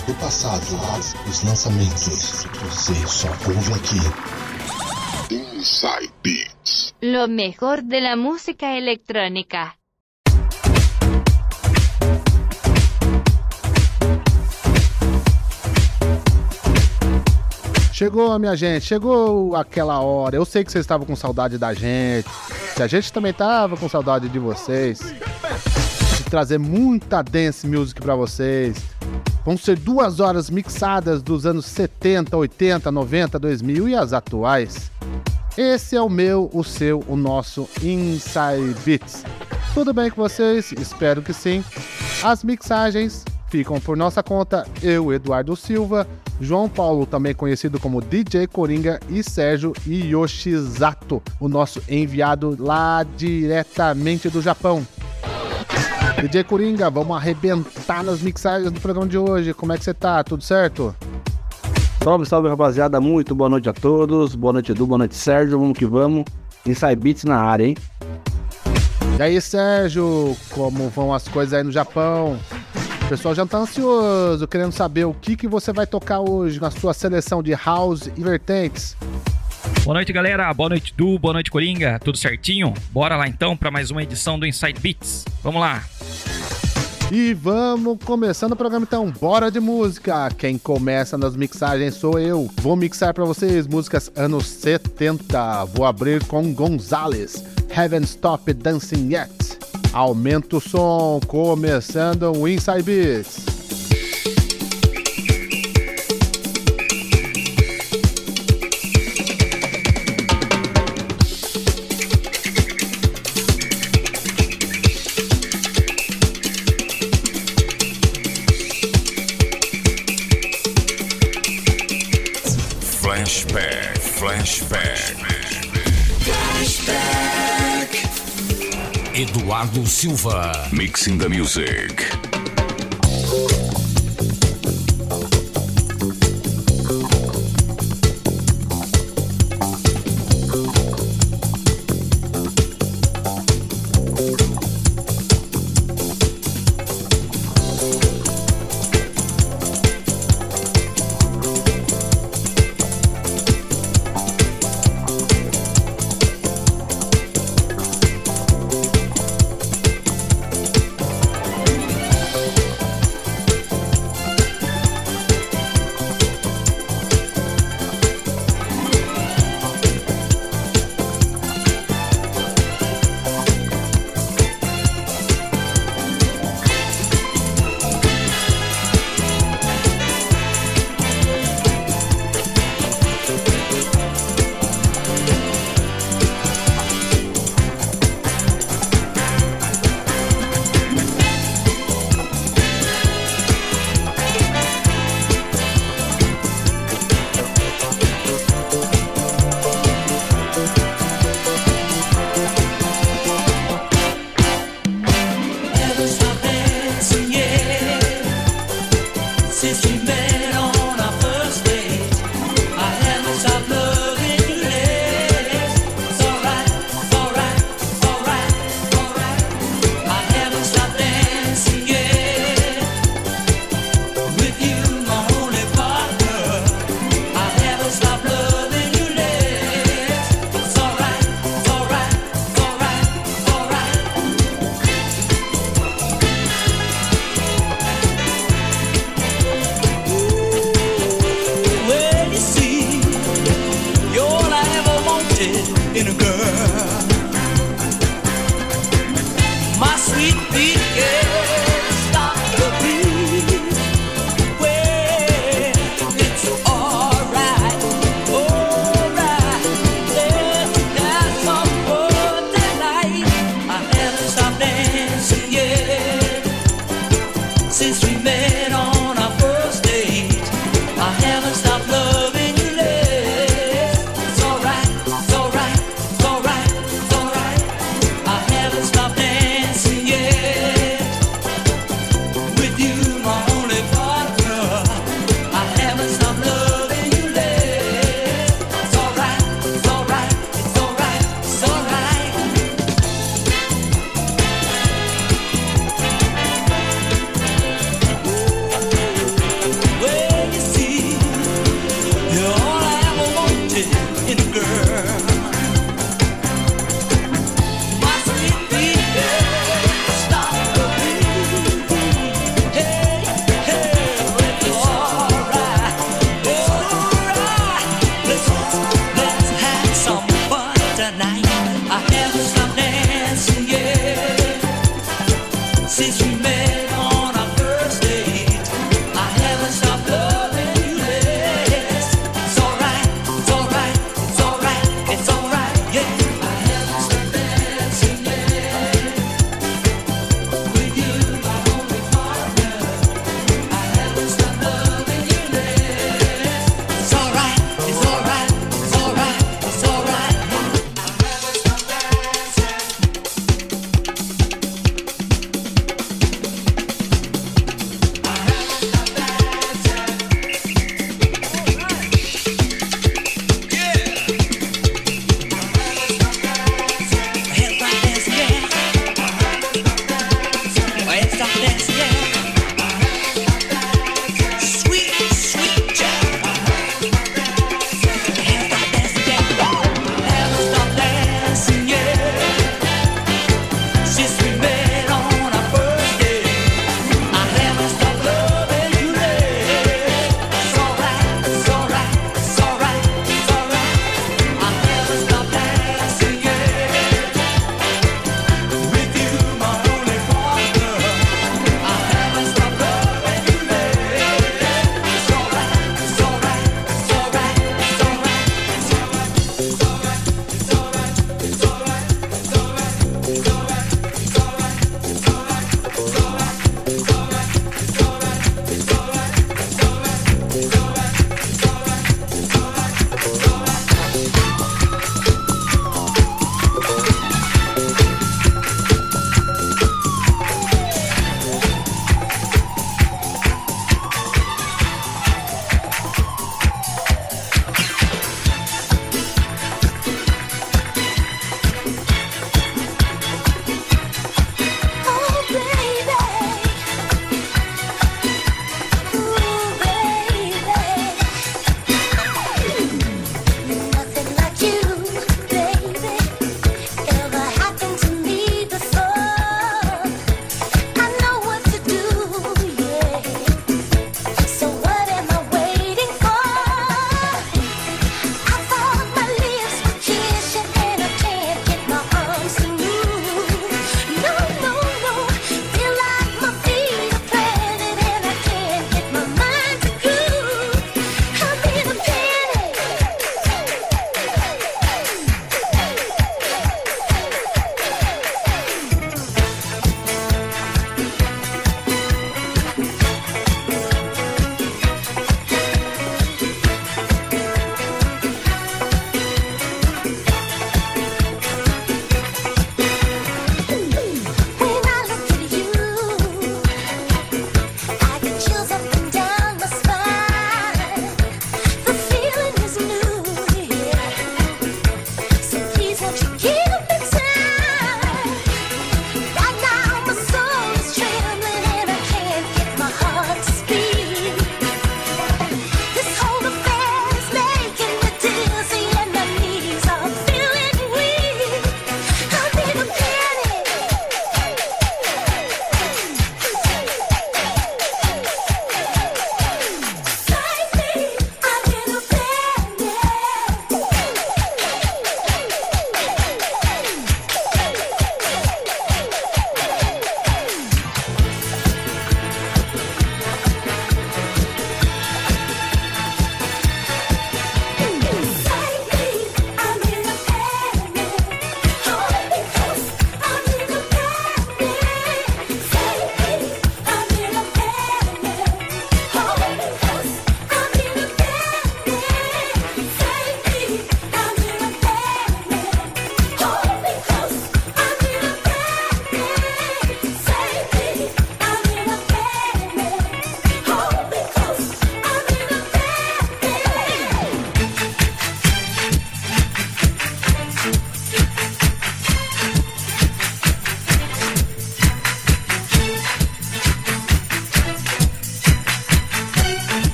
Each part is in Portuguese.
clássicos do passado, os lançamentos, você só ouve aqui. Inside Beats. Lo mejor de la música electrónica. Chegou, minha gente, chegou aquela hora. Eu sei que vocês estavam com saudade da gente. A gente também tava com saudade de vocês. De trazer muita dance music pra vocês. Vão ser 2 horas mixadas dos anos 70, 80, 90, 2000 e as atuais. Esse é o meu, o seu, o nosso Inside Beats. Tudo bem com vocês? Espero que sim. As mixagens ficam por nossa conta, eu, Eduardo Silva, João Paulo, também conhecido como DJ Coringa, e Sérgio Yoshizato, o nosso enviado lá diretamente do Japão. DJ Coringa, vamos arrebentar nas mixagens do programa de hoje. Como é que você tá? Tudo certo? Salve, salve, rapaziada. Muito boa noite a todos. Boa noite, Edu. Boa noite, Sérgio. Vamos que vamos. Inside Beats na área, hein? E aí, Sérgio, como vão as coisas aí no Japão? O pessoal já tá ansioso, querendo saber o que você vai tocar hoje na sua seleção de house e vertentes. Boa noite, galera. Boa noite, Du. Boa noite, Coringa. Tudo certinho? Bora lá então para mais uma edição do Inside Beats. Vamos lá. E vamos começando o programa então. Bora de música. Quem começa nas mixagens sou eu. Vou mixar para vocês músicas anos 70. Vou abrir com Gonzalez, Haven't Stopped Dancing Yet. Aumenta o som, começando o Inside Beats. Flashback. Eduardo Silva. Mixing the music.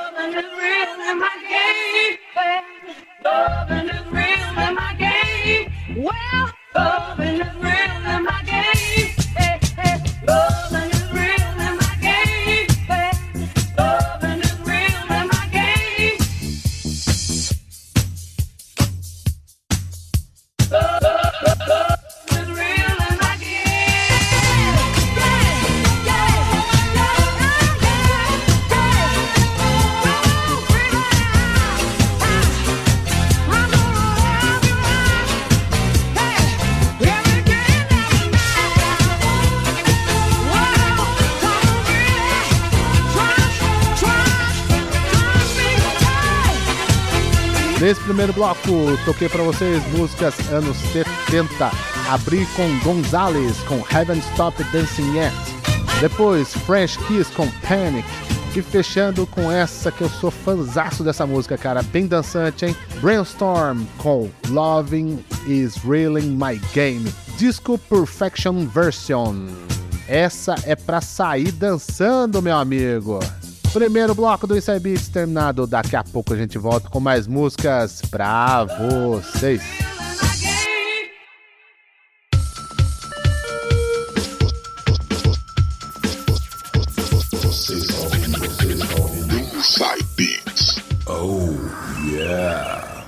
Loving is real in my game. Loving is real in my game. Well, loving is real in my game. Loving is real in my game. Loving is real in my game. Nesse primeiro bloco, toquei pra vocês músicas anos 70. Abri com Gonzalez, com Haven't Stopped Dancing Yet. Depois, French Kiss com Panic. E fechando com essa que eu sou fãzaço dessa música, cara. Bem dançante, hein? Brainstorm com Loving is Really My Game. Disco Perfection Version. Essa é pra sair dançando, meu amigo. Primeiro bloco do Inside Beats terminado. Daqui a pouco a gente volta com mais músicas pra vocês. Vocês estão ouvindo Inside Beats. Oh, yeah.